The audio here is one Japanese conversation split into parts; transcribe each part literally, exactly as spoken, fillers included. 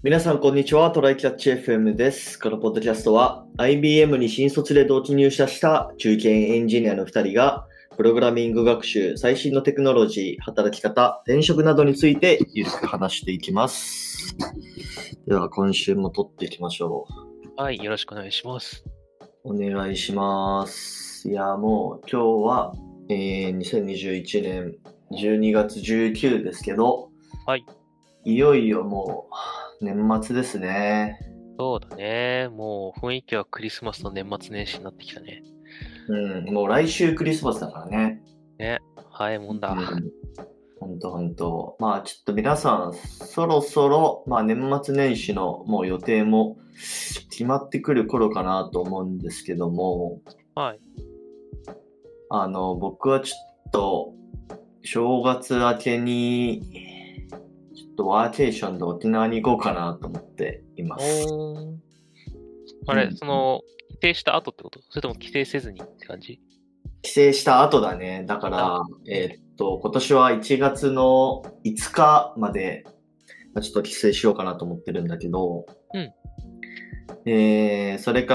皆さん、こんにちは。トライキャッチ エフエム です。このポッドキャストは、アイビーエム に新卒で同期入社した中堅エンジニアのふたりが、プログラミング学習、最新のテクノロジー、働き方、転職などについてゆるく話していきます。では、今週も撮っていきましょはい、よろしくお願いします。 う。お願いします。いや、もう今日は、えー、にせんにじゅういちねんじゅうにがつじゅうくにちですけど、 はい。 いよいよもう、年末ですね。 そうだね。もう雰囲気はクリスマスと年末年始になってきたね。 うん、もう来週クリスマスだからね。 ね。早いもんだ。 うん、ほんとほんと。まあちょっと皆さん、そろそろ、まあ年末年始のもう予定も決まってくる頃かなと思うんですけども、 はい。 あの、僕はちょっと、正月明けに、ちょっとワーケーションで沖縄に行こうかなと思っています。 おー。あれ、 うんその、帰省した後ってこと？それとも帰省せずにって感じ？ 帰省した後だね。だからあ、 えーっと、今年はいちがつのいつかまで、まあちょっと帰省しようかなと思ってるんだけど、 うん。 えー、それから、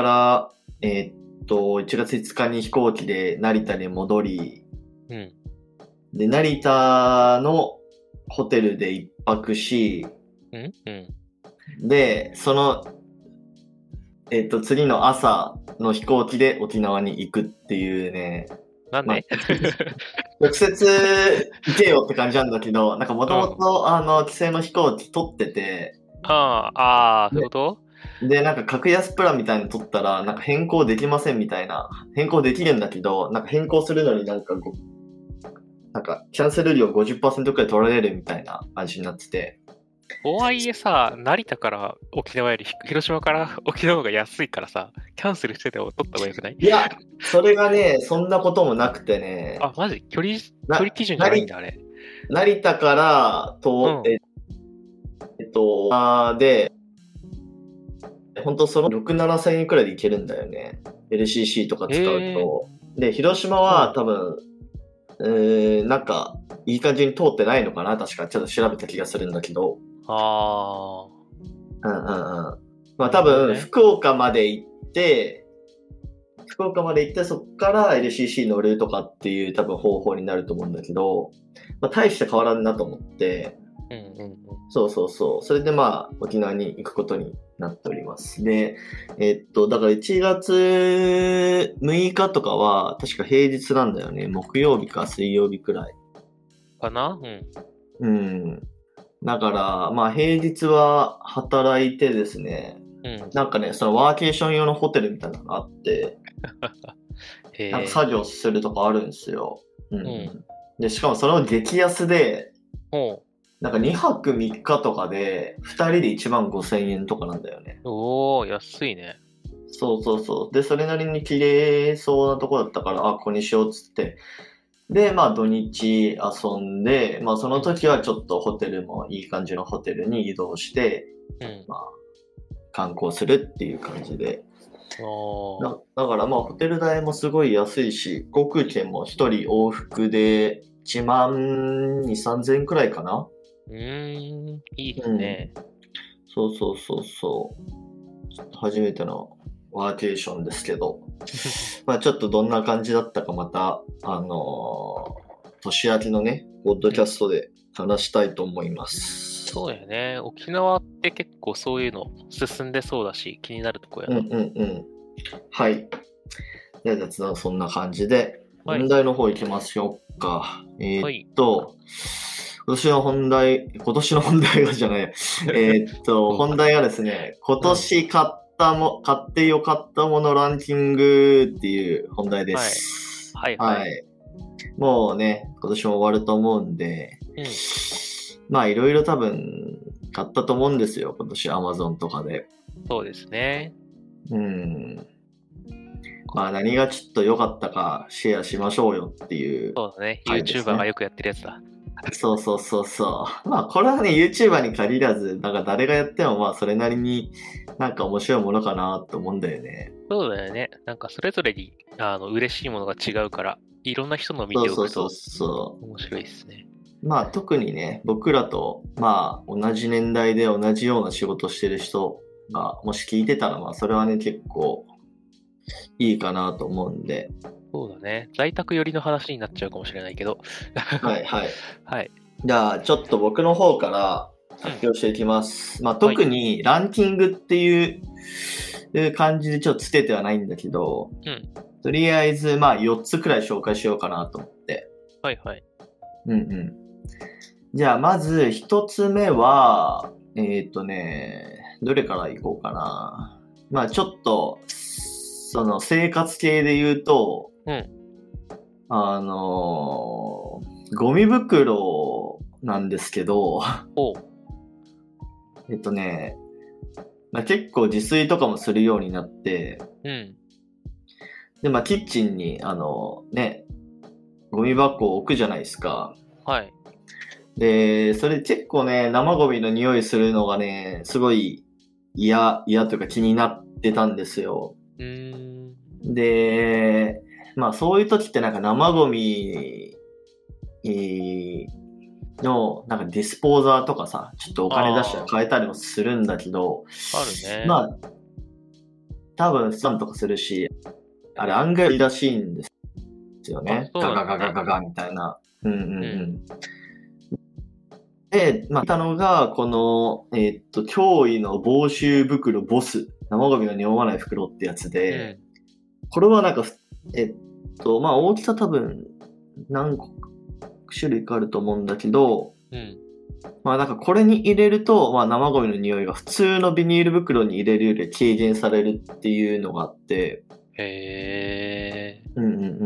えーっと、いちがついつかに飛行機で成田に戻り、 うん。 で、成田のホテルで一泊し、 うんうん。 で、その、えーっと、次の朝の飛行機で沖縄に行くっていうね、まあ、 なんで？ 直接行けよって感じなんだけど、なんかもともと、あの、帰省の飛行機取ってて、 ああ、ああ、そういうで、 こと？ で、なんか格安プランみたいなの取ったら、なんか変更できませんみたいな。変更できるんだけど、なんか変更するのになんかご、なんかキャンセル料ごじゅっパーセントくらい取られるみたいな感じになってて。 とはいえさ、成田から沖縄よりひ広島から沖縄の方が安いからさ、キャンセルしてても取った方がよくない？ いや、それがね、そんなこともなくてね、 あ、マジ距離、距な、 離基準じゃないんだ、あれ。 成田からと、 うん。 ええっと、あーで、本当そのろく、ななせんえんくらいで行けるんだよね。エルシーシー とか使うええと。で、広島は多分、えー、なんか、いい感じに通ってないのかな確か、ちょっと調べた気がするんだけど。 ああ、 うんうんうん。まあな多分、 るほどね。 福岡まで行って、福岡まで行って、そっから エルシーシー 乗るとかっていう多分方法になると思うんだけど、まあ大して変わらんなと思って、 うんうんうん。 そうそうそう。それでまあ、沖縄に行くことになっております。で、えっと、だからいちがつむいかとかは、確か平日なんだよね。木曜日か水曜日くらい。 かな？うん。 うん。だから、まあ平日は働いてですね、 うん。 なんかね、そのワーケーション用のホテルみたいなのがあって、なんかへえ。 作業するとこあるんですよ。うん。 うん。 で、しかもその激安で、 おなんかにはくみっかとかで、ふたりでいちまんごせんえんとかなんだよね。 おー、安いね。 そうそうそう。で、それなりに綺麗そうなとこだったから、あ、ここにしようっつって。で、まあ土日遊んで、まあその時はちょっとホテルもいい感じのホテルに移動して、 うん。 まあ観光するっていう感じで。 おー。 だだからまあホテル代もすごい安いし、航空券も一人往復でいちまんに、さんぜんえんくらいかな。 うーん。いいでうん。 すね。 そうそうそうそう。ちょっと初めてのワーケーションですけど、まあちょっとどんな感じだったかまた、あのー年明けのね、ポッドキャストで話したいと思います。 そうやね。沖縄って結構そういうの進んでそうだし、気になるとこやな。 うんうんうん。はい。では雑談そんな感じで、 はい。 本題の方行きましょうか。えーはい。 っと、今年の本題、今年の本題がじゃない。えーっと、 うん。 本題がですね、今うん。 年買ったも、買ってよかったものランキングっていう本題ではい。 す。 はいはい。 はい。もうね、今年も終わると思うんで、 うん。 まあいろいろ多分買ったと思うんですよ、今年 Amazon とかで。 そうですね。 うん。まあ何がちょっと良かったかシェアしましょうよっていうそうだね。 回です YouTuber がね。 よくやってるやつだ。 そうそうそうそう。まあこれはね、YouTuber に限らず、なんか誰がやってもまあそれなりになんか面白いものかなと思うんだよね。 そうだよね。なんかそれぞれに、あの、嬉しいものが違うから、いろんな人の見そうそうそうておくとそ面白いですね。 まあ特にね、僕らとまあ同じ年代で同じような仕事してる人がもし聞いてたら、まあそれはね結構いいかなと思うんで。 そうだね。在宅寄りの話になっちゃうかもしれないけど。 はいはい。 はい。 じゃあちょっと僕の方から発表していきます。うん、まあ特にランキングっていう感じでちょっとつけてはないんだけど、 うん、 とりあえずまあよっつくらい紹介しようかなと思って。 はいはい。 うんうん。じゃあまずひとつめは、えーっとね、どれからいこうかな。まあちょっと、その生活系で言うと、 うん、 あのー、ゴミ袋なんですけど、 おえっとね、まあ、結構自炊とかもするようになって、 うん、 で、まあキッチンに、あのね、ゴミ箱を置くじゃないですか。 はい。 で、それ結構ね、生ゴミの匂いするのがね、すごい嫌、嫌というか気になってたんですよ。 うーん。 で、まあそういう時ってなんか生ゴミのなんかディスポーザーとかさ、ちょっとお金出して買えたりもするんだけど、 あるね。 まあ多分スタンとかするし、あれ案外らしいんですよね。ガガガガガガみたいな。うんうんうん。うんで、まあ、たのが、この、えーっと、驚異の防臭袋ボス。生ゴミが匂わない袋ってやつで、うん、これはなんか、えっと、まあ、大きさ多分、何個種類かあると思うんだけど、うん、まあ、なんかこれに入れると、まあ、生ゴミの匂いが普通のビニール袋に入れるより軽減されるっていうのがあって、 へー。 うんうんうん。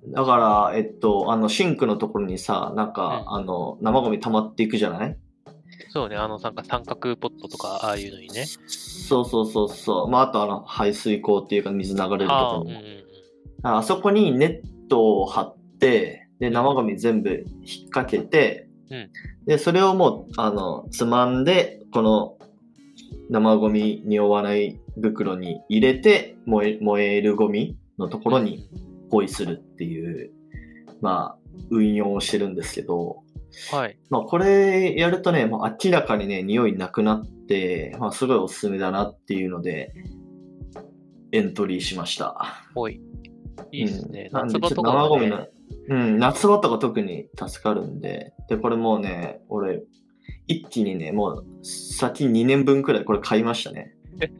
だから、えっと、あの、シンクのところにさ、なんか、うん、あの、生ゴミ溜まっていくじゃない？そうね、あの、なんか三角ポットとか、ああいうのにね。そうそうそうそう。まあ、あとあの、排水口っていうか水流れるところにも。あ、あそこにネットを張って、で、生ゴミ全部引っ掛けて、うん、で、それをもう、あの、つまんで、この、生ゴミ匂わない袋に入れて、燃え、燃えるゴミのところにポイするっていう、まあ、運用をしてるんですけど、はい。まあ、これやるとね、もう明らかにね、匂いなくなって、まあ、すごいおすすめだなっていうので、エントリーしました。 ほい。いいですね。 うん、夏場とか、ね、生ゴミの、うん、夏場とか特に助かるんで、で、これもうね、俺、一気にね、もう、先にねんぶんくらいこれ買いましたね。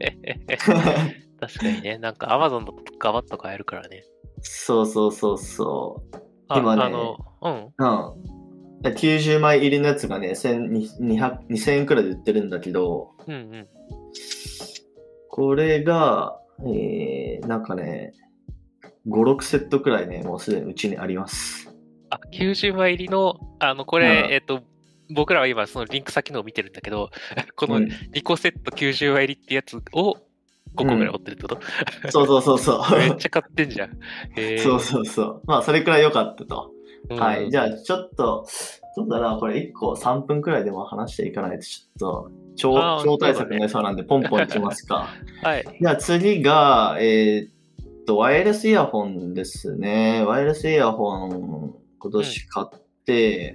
確かにね、なんか Amazon だとガバッと買えるからね。 そうそうそうそう。今ね、 あの、うん。 うん。きゅうじゅうまい入りのやつがね、にせんえんくらいで売ってるんだけど、うんうん、これが、えー、なんかね、ご、ろくセットくらいね、もうすでにうちにあります。 あ、きゅうじゅうまい入りの、あの、これ、うん、えっと、僕らは今そのリンク先のを見てるんだけど、このにこセットきゅうじゅうまい入りってやつをごこぐらい持ってるってこと、 うん、そうそうそうそう。 めっちゃ買ってんじゃん。 へそうそうそう。まあ、それくらい良かったと。うん、はい。じゃあ、ちょっと、そうだな、これいっこさんぷんくらいでも話していかないと、ちょっと、超、超対策になりそうなんで、ポンポンいきますか。はい。じゃあ次が、えー、っと、ワイヤレスイヤホンですね。ワイヤレスイヤホン、今年買って、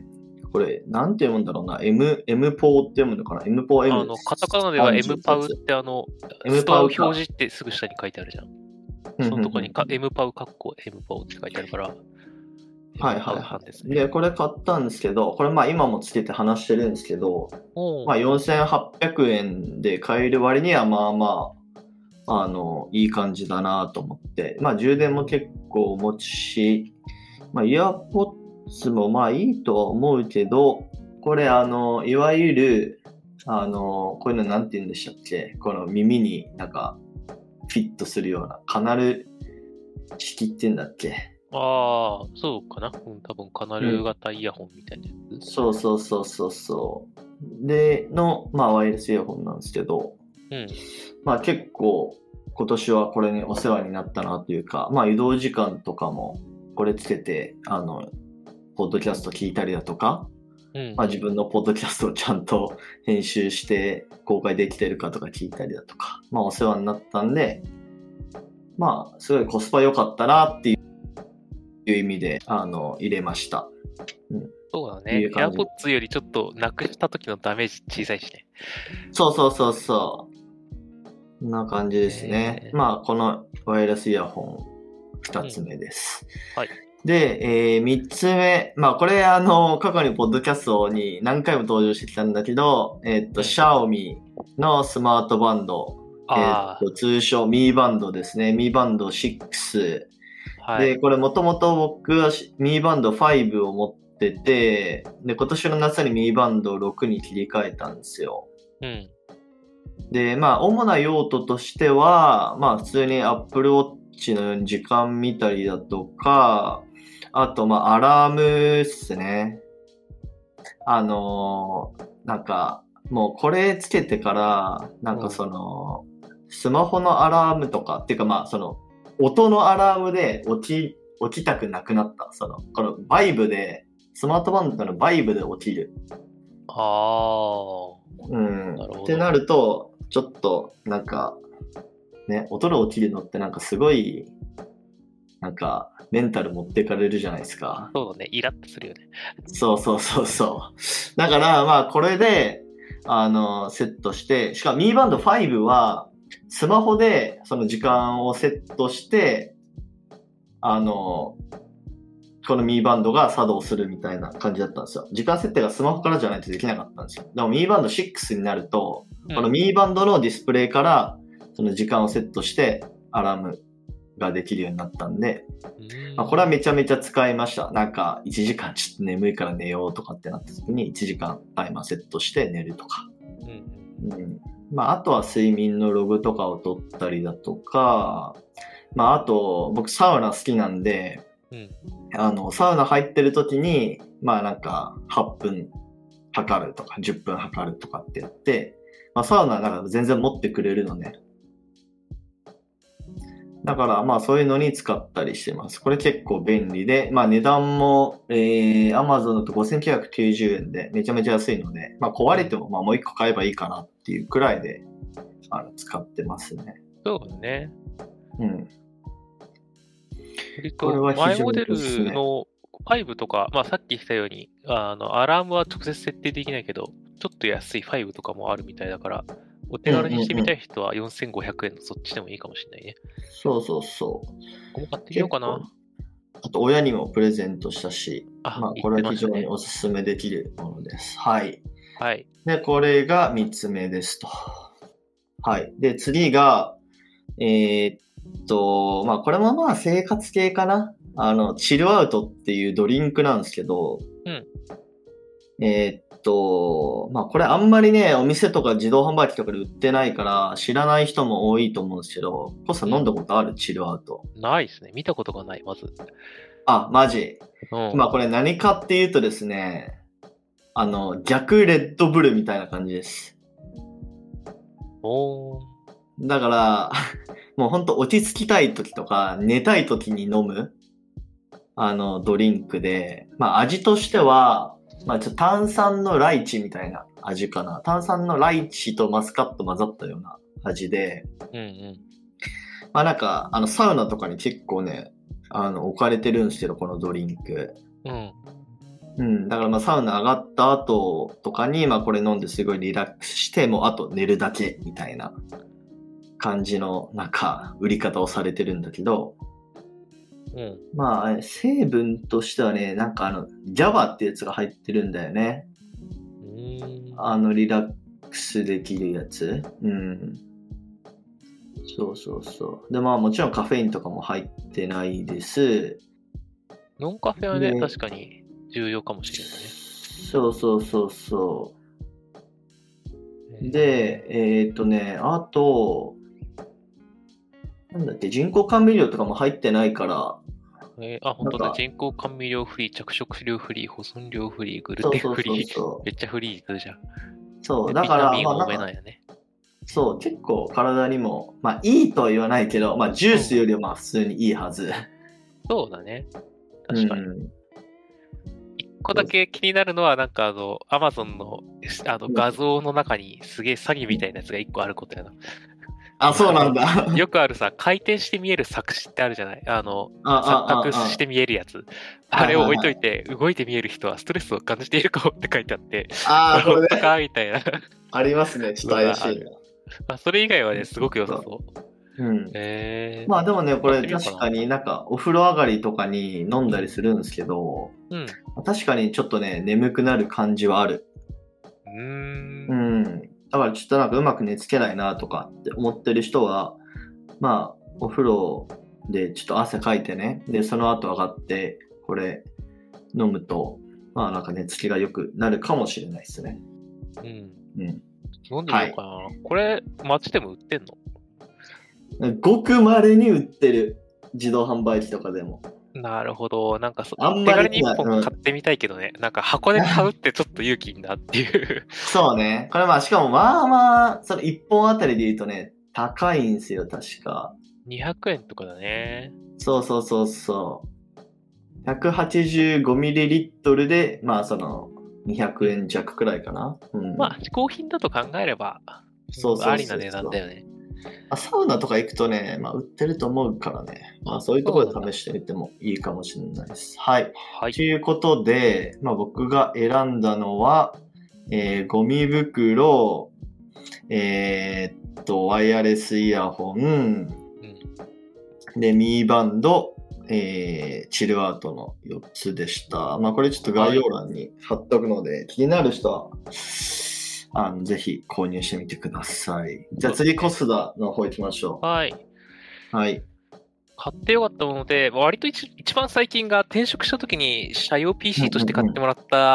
うん、これ、なんて読むんだろうな。M、M ポーって読むのかな？ M ポー M。 あの、カタカナでは M パウってあの、ストア表示ってすぐ下に書いてあるじゃん。そのとこにか M パウカッコ M パウって書いてあるから。 はいはいはい。で、これ買ったんですけど、これまあ今もつけて話してるんですけど、まあよんせんはっぴゃくえんで買える割にはまあまあ、あの、いい感じだなと思って、まあ充電も結構持つし、まあイヤーポッツもまあいいとは思うけど、これあの、いわゆる、あの、こういうのなんて言うんでしたっけ？この耳になんかフィットするようなカナル式って言うんだっけ？ ああ、そうかな。うん、多分カナル型イヤホンみたいなやつ、 うん、そうそうそうそうそう。で、の、まあワイヤレスイヤホンなんですけど、うん、まあ結構今年はこれにお世話になったなというか、まあ移動時間とかもこれつけて、あの、ポッドキャスト聞いたりだとか、うん、まあ自分のポッドキャストをちゃんと編集して公開できてるかとか聞いたりだとか、まあお世話になったんで、まあすごいコスパ良かったなっていういう意味で、あの、入れました。うん。 そうだね。AirPods よりちょっとなくした時のダメージ小さいしね。 そうそうそうそう。こんな感じですね。えー、まあ、このワイヤレスイヤホン、二つ目です。 うん、はい。 で、えー、三つ目。まあ、これ、あの、過去にポッドキャストに何回も登場してきたんだけど、えー、っと、うん、シャオミのスマートバンド、えー、っと、通称ミーバンドですね。ミーバンドろく。はい、で、これもともと僕はミーバンドごを持ってて、で、今年の夏にミーバンドろくに切り替えたんですよ。 うん。 で、まあ、主な用途としては、まあ、普通に Apple Watch のように時間見たりだとか、あと、まあ、アラームっすね。あのー、なんか、もうこれつけてから、なんかその、スマホのアラームとか、っていうかまあ、その、音のアラームで起き、起きたくなくなった。その、このバイブで、スマートバンドのバイブで起きる。 ああ。 うん。なるほど。ってなると、ちょっと、なんか、ね、音で起きるのってなんかすごい、なんか、メンタル持ってかれるじゃないですか。 そうだね。イラッとするよね。 そうそうそうそう。だから、まあ、これで、あの、セットして、しかもミーバンドごは、スマホでその時間をセットして、あの、このミーバンドが作動するみたいな感じだったんですよ。時間設定がスマホからじゃないとできなかったんですよ。でもミーバンドろくになると、うん、このミーバンドのディスプレイからその時間をセットしてアラームができるようになったんで、まあ、これはめちゃめちゃ使いました。なんかいちじかんちょっと眠いから寝ようとかってなった時にいちじかんタイマーセットして寝るとか。うんうん、まあ、あとは睡眠のログとかを取ったりだとか、まあ、あと僕サウナ好きなんで、うん、あの、サウナ入ってる時に、まあなんかはっぷん測るとかじゅっぷん測るとかってやって、まあサウナなんか全然持ってくれるのね。だからまあそういうのに使ったりしてます。これ結構便利で、まあ値段も、えー、Amazon だとごせんきゅうひゃくきゅうじゅうえんでめちゃめちゃ安いので、まあ壊れてもまあもう一個買えばいいかなっていうくらいで、あの使ってますね。 そうね。 うん。 割と前モデルのごとか、まあさっき言ったように、あの、アラームは直接設定できないけど、ちょっと安いごとかもあるみたいだから、お手軽にしてみたい人はよんせんごひゃくえんのそっちでもいいかもしれないね。 そうそうそう。 ここも買ってみようかな。 あと親にもプレゼントしたし、あまあこれは非常におすすめできるものです。はい。 はい。 で、これがみっつめですと。はい。で、次が、えー、っと、まあこれもまあ生活系かな。あの、チルアウトっていうドリンクなんですけど、 うん。 えー、っと、まあこれあんまりね、お店とか自動販売機とかで売ってないから知らない人も多いと思うんですけど、コスさん飲んだことある、うん、チルアウト。 ないですね。見たことがない、まず。 あ、マジ。 うん。 まあこれ何かっていうとですね、あの、逆レッドブルみたいな感じです。 おー。 だから、もうほんと落ち着きたい時とか、寝たい時に飲む、あの、ドリンクで、まあ味としては、まあちょっと炭酸のライチみたいな味かな。炭酸のライチとマスカット混ざったような味で、 うんうん。 まあなんか、あの、サウナとかに結構ね、あの、置かれてるんですけど、このドリンク。 うん。 うん。だからまあサウナ上がった後とかに、まあこれ飲んですごいリラックスして、もうあと寝るだけみたいな感じの、なんか、売り方をされてるんだけど、 うん。 まあ、成分としてはね、なんかあの、ジャバ ってやつが入ってるんだよね。 うーん。 あの、リラックスできるやつ。うん。そうそうそう。で、まあもちろんカフェインとかも入ってないです。 ノンカフェはね、確かに重要かもしれないね。 そうそうそうそう。で、えー、っとね、あと、なんだっけ、人工甘味料とかも入ってないから。 えー、あ、本当だ。人工甘味料フリー、着色料フリー、保存料フリー、グルテンフリー。そうそうそうそうめっちゃフリーするじゃん。 そう、だから、 ビタミン多めなんやね。 まあ、そう、結構体にも、まあいいとは言わないけど、まあジュースよりはまあ普通にいいはず。うん、 そうだね。確かに。一、うん、個だけ気になるのは、なんかあの、Amazon のあの画像の中にすげえ詐欺みたいなやつが一個あることやな。 あ、そうなんだ。 よくあるさ、回転して見える錯視ってあるじゃない。あの、錯覚して見えるやつ。あれを置いといて、動いて見える人はストレスを感じているかもって書いてあって、 ああ、これね。 かみたいな。 ありますね、ちょっと怪しいな。 まあ、それ以外はね、すごく良さそう。 うん。 えー、 まあでもね、これ確かになんかお風呂上がりとかに飲んだりするんですけど、 うん、 確かにちょっとね、眠くなる感じはある。 うーん。 うん。だからちょっとなんかうまく寝つけないなとかって思ってる人は、まあお風呂でちょっと汗かいてね、で、その後上がってこれ飲むと、まあなんか寝つきが良くなるかもしれないですね。 うん。 うん。 飲んでみようかな。はい、これ、街でも売ってんの？ ごく稀に売ってる。自動販売機とかでも。 なるほど。なんかそ、 あんまり手軽にいっぽん買ってみたいけどね。うん、なんか箱で買うってちょっと勇気いんだっていう。 そうね。これまあ、しかもまあまあ、そのいっぽんあたりで言うとね、高いんですよ、確か。 にひゃくえんとかだね。 そうそうそうそう。ひゃくはちじゅうごミリリットルで、まあその、にひゃくえん弱くらいかな。うん、 まあ、嗜好品だと考えれば、 そうそうそうそう、 ありな値段だよね。 サウナとか行くとね、まあ、売ってると思うからね、まあ、そういうところで試してみてもいいかもしれないです。はい。 はい、 ということで、まあ、僕が選んだのは、えー、ゴミ袋、えー、っと、ワイヤレスイヤホン、うん、で、ミーバンド、えー、チルアウトのよっつでした。まあ、これちょっと概要欄に貼っとくので、はい、気になる人は、あのぜひ購入してみてください。じゃあ次コスダの方行きましょう。 はい。 はい。 買ってよかったもので、割と 一, 一番最近が転職した時に社用 ピーシー として買ってもらった、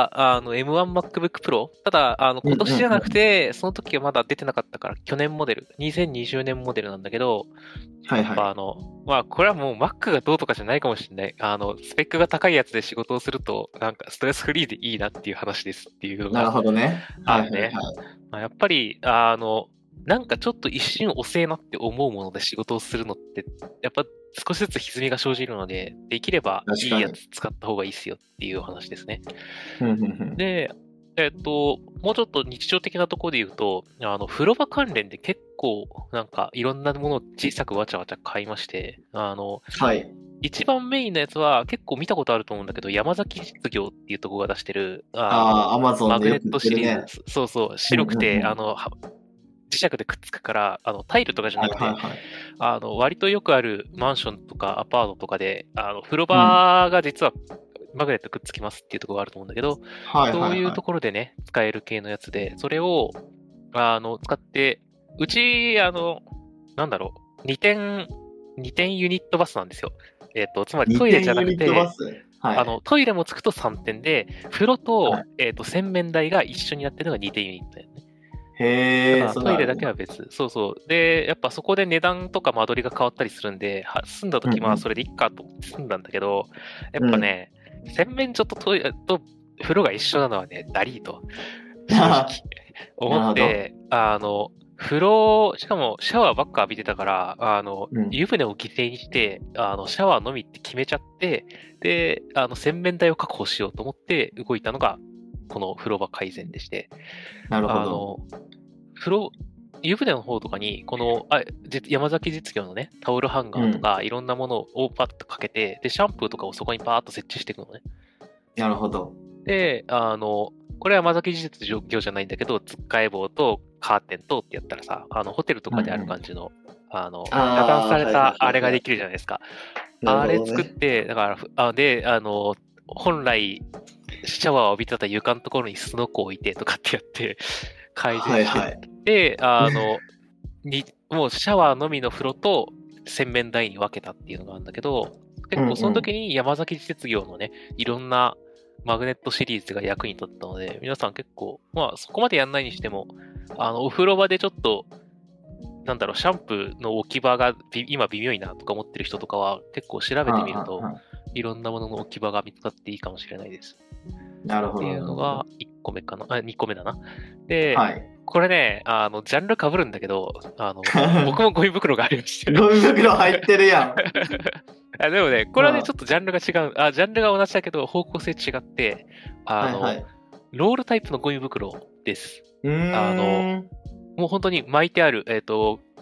うんうんうん、あの エムワン MacBook Pro。ただ、あの今年じゃなくて、うんうんうん、その時はまだ出てなかったから、去年モデル、にせんにじゅうねんモデルなんだけど、 はいはい。 あの、まあ、これはもう Mac がどうとかじゃないかもしれない。あの、スペックが高いやつで仕事をすると、なんかストレスフリーでいいなっていう話ですっていうのが。 なるほどね。 あるね。はいはいはい、まあ、やっぱり、あの、なんかちょっと一瞬遅えなって思うもので仕事をするのって、やっぱ少しずつ歪みが生じるので、できればいいやつ使った方がいいっすよっていうお話ですね。で、えっと、もうちょっと日常的なところで言うと、あの、風呂場関連で結構、なんか、いろんなものを小さくわちゃわちゃ買いまして、あの、 はい。 一番メインのやつは結構見たことあると思うんだけど、山崎実業っていうところが出してる、 ああ、アマゾンマグネットシリーズ、ね、そうそう、白くて、うんうんうん、あの、磁石でくっつくから、あの、タイルとかじゃなくて、はいはいはい、あの、割とよくあるマンションとかアパートとかで、あの、風呂場が実は、マグネットくっつきますっていうところがあると思うんだけど、はいはいはい、そういうところでね、使える系のやつで、それを、あの、使って、うち、あの、なんだろう、にてん、にてんユニットバスなんですよ。えっ、ー、と、つまりトイレじゃなくて、はい、あの、トイレもつくとさんてんで、風呂と、はい、えっ、ー、と、洗面台が一緒になってるのがにてんユニットだよね。 へー。トイレだけは別。そうそう。で、やっぱそこで値段とか間取りが変わったりするんで、住んだ時、まあそれでいっかと思って住んだんだけど、やっぱね、うん、洗面所とトイレと風呂が一緒なのはね、ダリーと、正直思って、あの、風呂、しかもシャワーばっか浴びてたから、あの、うん、湯船を犠牲にして、あの、シャワーのみって決めちゃって、で、あの、洗面台を確保しようと思って動いたのが、この風呂場改善でして。 なるほど。 あの、風呂、湯船の方とかに、この、あ、山崎実業のね、タオルハンガーとか、いろんなものをパッとかけて、で、シャンプーとかをそこにパーッと設置していくのね。 なるほど。 で、あの、これは山崎実業じゃないんだけど、つっかえ棒とカーテンとってやったらさ、あの、ホテルとかである感じの、うん、あの、打断されたあれができるじゃないですか。ね、あれ作って、だから、あで、あの、本来、シャワーを浴びてた床のところにスノコを置いてとかってやって、改善して、はいはい、で、あの、に、もうシャワーのみの風呂と洗面台に分けたっていうのがあるんだけど、結構その時に山崎実業のね、いろんなマグネットシリーズが役に立ったので、皆さん結構、まあそこまでやんないにしても、あの、お風呂場でちょっと、なんだろう、シャンプーの置き場が今微妙いなとか思ってる人とかは結構調べてみると、いろんなものの置き場が見つかっていいかもしれないです。 なるほど。 っていうのがいっこめかな。あ、にこめだな。で、 はい、 これね、あの、ジャンル被るんだけど、あの、僕もゴミ袋がありまして。 ゴミ袋入ってるやん。 あでもね、これはね、ちょっとジャンルが違う。あ、ジャンルが同じだけど、方向性違って、あの、はいはい、ロールタイプのゴミ袋です。あの、もう本当に巻いてある、えっと、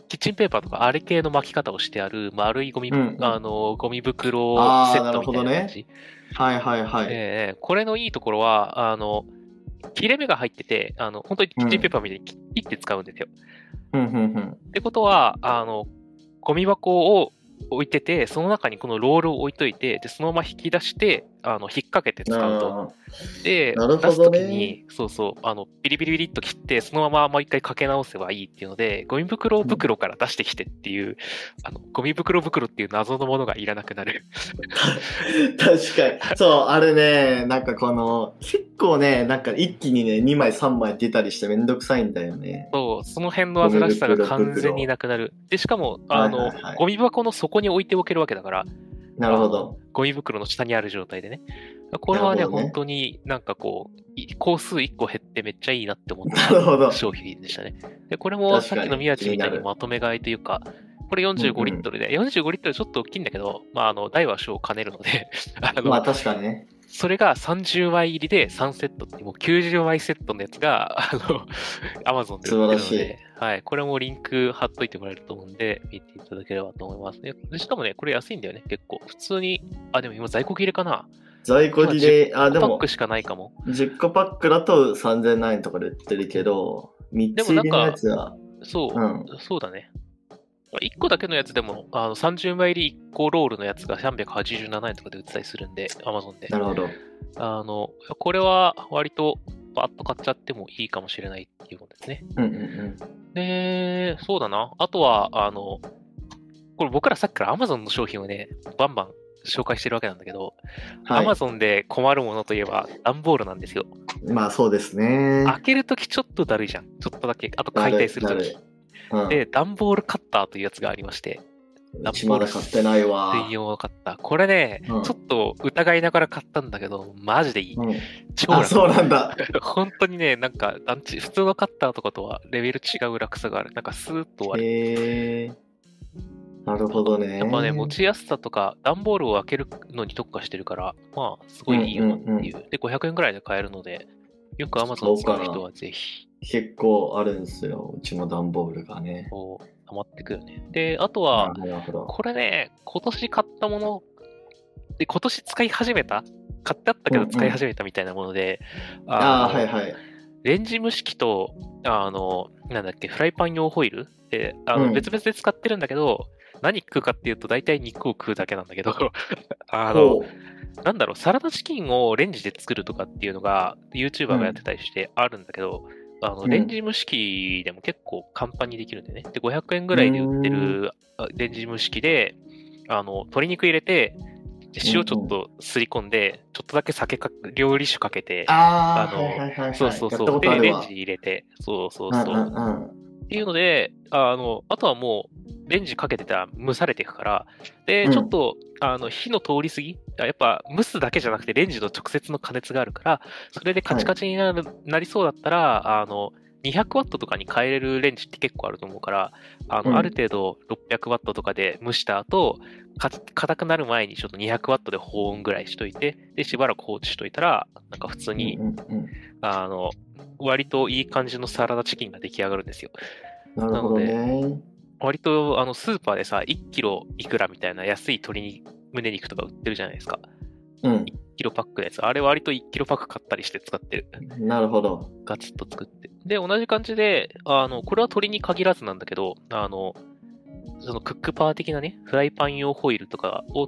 キッチンペーパーとかあれ系の巻き方をしてある丸いゴミ、 うんうん、 あのゴミ袋ああ、なセットみるほどね。 たいな感じ。 はいはいはい。 えーこれのいいところは、あの、切れ目が入ってて、あの、本当にキッチンペーパーみたいに切切って使うんですよ。 うんうんうん。 ってことは、あの、ゴミ箱を置いてて、その中にこのロールを置いといて、で、そのまま引き出して、あの、引っ掛けて使うと。で、 なる出すほどね。 ときに、そうそう、あの、ビリビリビリっと切って、そのままもう一回かけ直せばいいっていうので、ゴミ袋袋から出してきてっていう、あの、ゴミ袋袋っていう謎のものがいらなくなる。 確かに。そう、あれね、なんかこの、結構ね、なんか一気にね、にまいさんまい出たりしてめんどくさいんだよね。 そう、その辺の煩わしさが完全になくなる。で、しかも、あの、 はいはいはい、 ゴミ箱の底に置いておけるわけだから、 なるほど。 ゴミ袋の下にある状態でね。これはね、 ね本当になんかこう、工数いっこ減ってめっちゃいいなって思った商品でしたね。で、これもさっきの宮地みたいにまとめ買いというか、これよんじゅうごリットルで、うんうん、よんじゅうごリットルちょっと大きいんだけど、まあ、あの、大は小を兼ねるのであの、 まあ確かにね。 それがさんじゅうまい入りでさんセットっていう、もうきゅうじゅうまいセットのやつが、あの、Amazon で売ってるので、はい、これもリンク貼っといてもらえると思うんで、見ていただければと思いますね。でしかもね、これ安いんだよね、結構。普通に、あ、でも今在庫切れかな。 在庫切れ、あ、でも、 じゅっこパックしかないかも。 じゅっこパックだとさんぜんえんとかで売ってるけど、みっつ入りのやつは。 そう、うん、そうだね。いっこだけのやつでも、あのさんじゅうまい入りいっこロールのやつがさんびゃくはちじゅうななえんとかで売ってたりするんで、Amazon で。 なるほど。 あの、これは割とバッと買っちゃってもいいかもしれないっていうのですね。 うんうんうん。 で、そうだな。あとは、あの、これ僕らさっきから Amazon の商品をね、バンバン紹介してるわけなんだけど、はい、Amazon で困るものといえば段ボールなんですよ。 まあそうですね。 開けるときちょっとだるいじゃん。ちょっとだけ。あと解体するとき。うん、で、段ボールカッターというやつがありまして、 うちまだ買ってないわ。 専用カッター。これね、うん、ちょっと疑いながら買ったんだけど、マジでいい。うん、 超楽。あ、そうなんだ。 本当にね、なんか、普通のカッターとかとはレベル違う楽さがある。なんかスーッと終わる。 へー。なるほどね。 やっぱね、持ちやすさとか、段ボールを開けるのに特化してるから、まあ、すごいいいよなっていう。うんうんうん、で、ごひゃくえんぐらいで買えるので、よく Amazon 使う人はぜひ。 結構あるんですよ、うちも段ボールがね。 そう、溜まってくよね。で、あとは、これね、今年買ったもの、で、今年使い始めた買ってあったけど使い始めたみたいなもので、 うんうん、ああ、はいはい。 レンジ蒸し器と、あの、なんだっけ、フライパン用ホイルで、あの、うん、別々で使ってるんだけど、何食うかっていうと大体肉を食うだけなんだけどあの、なんだろう、サラダチキンをレンジで作るとかっていうのが YouTuber がやってたりしてあるんだけど、うん、あのレンジ蒸し器でも結構簡単にできるんだよね。で、ごひゃくえんぐらいで売ってるレンジ蒸し器で、あの、鶏肉入れて、塩ちょっとすり込んで、ちょっとだけ酒か、料理酒かけて、 あの、はいはいはいはい、そうそうそう。で、レンジ入れて、そうそうそう。うんうんうん、っていうので、あの、あとはもう、レンジかけてたら蒸されていくから、で、ちょっと、うん、あの、火の通り過ぎ、やっぱ蒸すだけじゃなくてレンジの直接の加熱があるから、それでカチカチになる、はい、なりそうだったら、あの、にひゃくワットとかに変えれるレンジって結構あると思うから、あの、うん、ある程度ろっぴゃくワットとかで蒸した後、か硬くなる前にちょっとにひゃくワットで保温ぐらいしといて、で、しばらく放置しといたら、なんか普通に、うんうんうん、あの、割といい感じのサラダチキンが出来上がるんですよ。 なるほどね。 なので、割とあのスーパーでさ、いちキロいくらみたいな安い鶏胸肉とか売ってるじゃないですか。 うん。 いちキロパックのやつ。あれ割といちキロパック買ったりして使ってる。 なるほど。 ガツッと作って。で、同じ感じで、あの、これは鶏に限らずなんだけど、あの、そのクックパー的なね、フライパン用ホイルとかをって、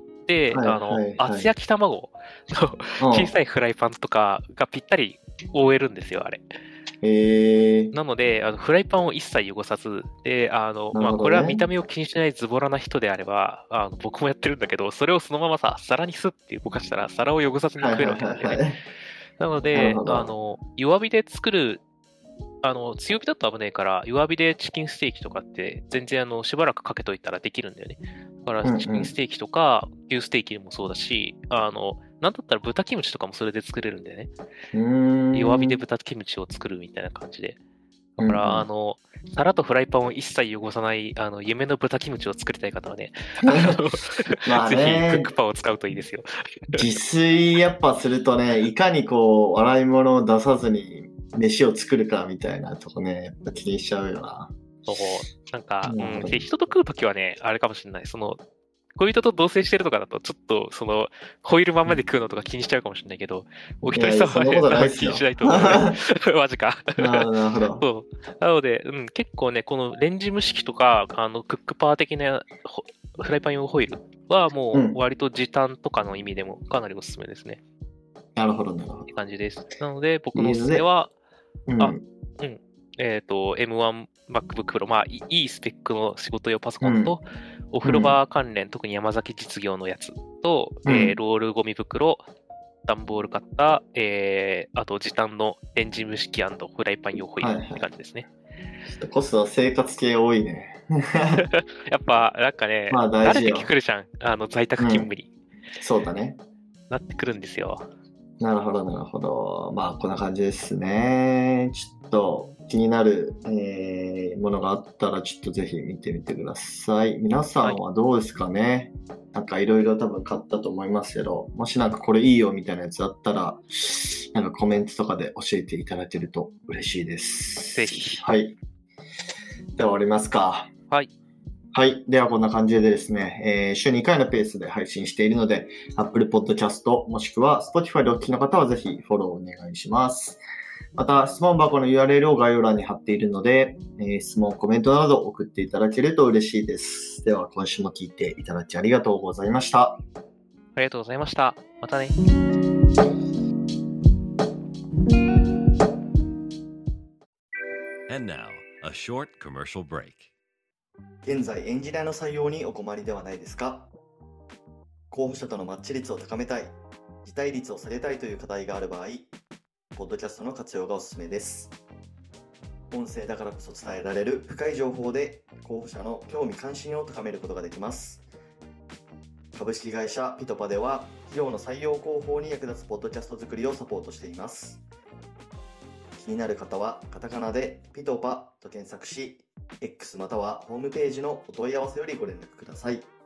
はいはいはい、あの、厚焼き卵の小さいフライパンとかがぴったり覆えるんですよ、あれ。 へー。 なので、あのフライパンを一切汚さず、で、あの、ね、まあ、これは見た目を気にしないズボラな人であれば、あの僕もやってるんだけど、それをそのままさ、皿にスッて動かしたら、皿を汚さずに食えるわけなんだよね。はいはいはいはい、なので、あの、弱火で作る、あの、強火だと危ないから、弱火でチキンステーキとかって、全然あの、しばらくかけといたらできるんだよね。だから、チキンステーキとか、牛ステーキでもそうだし、あの、なんだったら豚キムチとかもそれで作れるんだよね。 うーん弱火で豚キムチを作るみたいな感じで。だから、うんうん、あの、皿とフライパンを一切汚さない、あの、夢の豚キムチを作りたい方はね、まあねぜひクックパーを使うといいですよ。 自炊やっぱするとね、いかにこう、洗い物を出さずに飯を作るかみたいなとこね、やっぱ気にしちゃうよな。 そう、なんか、 なるほどうん、で人と食うときはね、あれかもしれない。その、恋人と同棲してるとかだと、ちょっと、その、ホイールまんまで食うのとか気にしちゃうかもしれないけど、お一人様いやそんなことないはっすよ気にしないと思う。マジか。 なるほど、なるほど。 そう。なので、うん、結構ね、このレンジ蒸し器とか、あの、クックパー的なほフライパン用ホイールはもううん割と時短とかの意味でもかなりおすすめですね。 なるほど、なるほどって。感じです。なので、僕のおすすめは、 うん。 あうん。えっ、と、エムワン MacBook Pro、まあ、いいいスペックの仕事用パソコンと、お風呂場関連、特に山崎実業のやつと、 うんえーロールゴミ袋、段ボールカッター、えーあと時短のレンジ蒸し器フライパン用ホイールって感じですね。 ちょっとコスト生活系多いね。 やっぱ、なんかね、 まあ大事よ慣れてくるじゃん。あの、在宅勤務に、 そうだね。 なってくるんですよ。 なるほど、なるほど。まあ、こんな感じですね。ちょっと気になる、えーものがあったら、ちょっとぜひ見てみてください。皆さんはどうですかね、なんかいろいろ多分買ったと思いますけど、もしなんかこれいいよみたいなやつあったら、なんかコメントとかで教えていただけると嬉しいです。 ぜひ。 はい。では終わりますか。 はい。 はい。ではこんな感じでですね、えー週にかいのペースで配信しているので、Apple Podcast もしくは Spotify でお聞きの方はぜひフォローお願いします。また、質問箱の ユーアールエル を概要欄に貼っているので、えー質問、コメントなど送っていただけると嬉しいです。では、今週も聞いていただきありがとうございました。 ありがとうございました。またね。 And now, a short commercial break. 現在、エンジニアの採用にお困りではないですか？候補者とのマッチ率を高めたい、辞退率を下げたいという課題がある場合、ポッドキャストの活用がおすすめです。音声だからこそ伝えられる深い情報で候補者の興味関心を高めることができます。株式会社ピトパでは企業の採用広報に役立つポッドキャスト作りをサポートしています。気になる方はカタカナでピトパと検索し、X またはホームページのお問い合わせよりご連絡ください。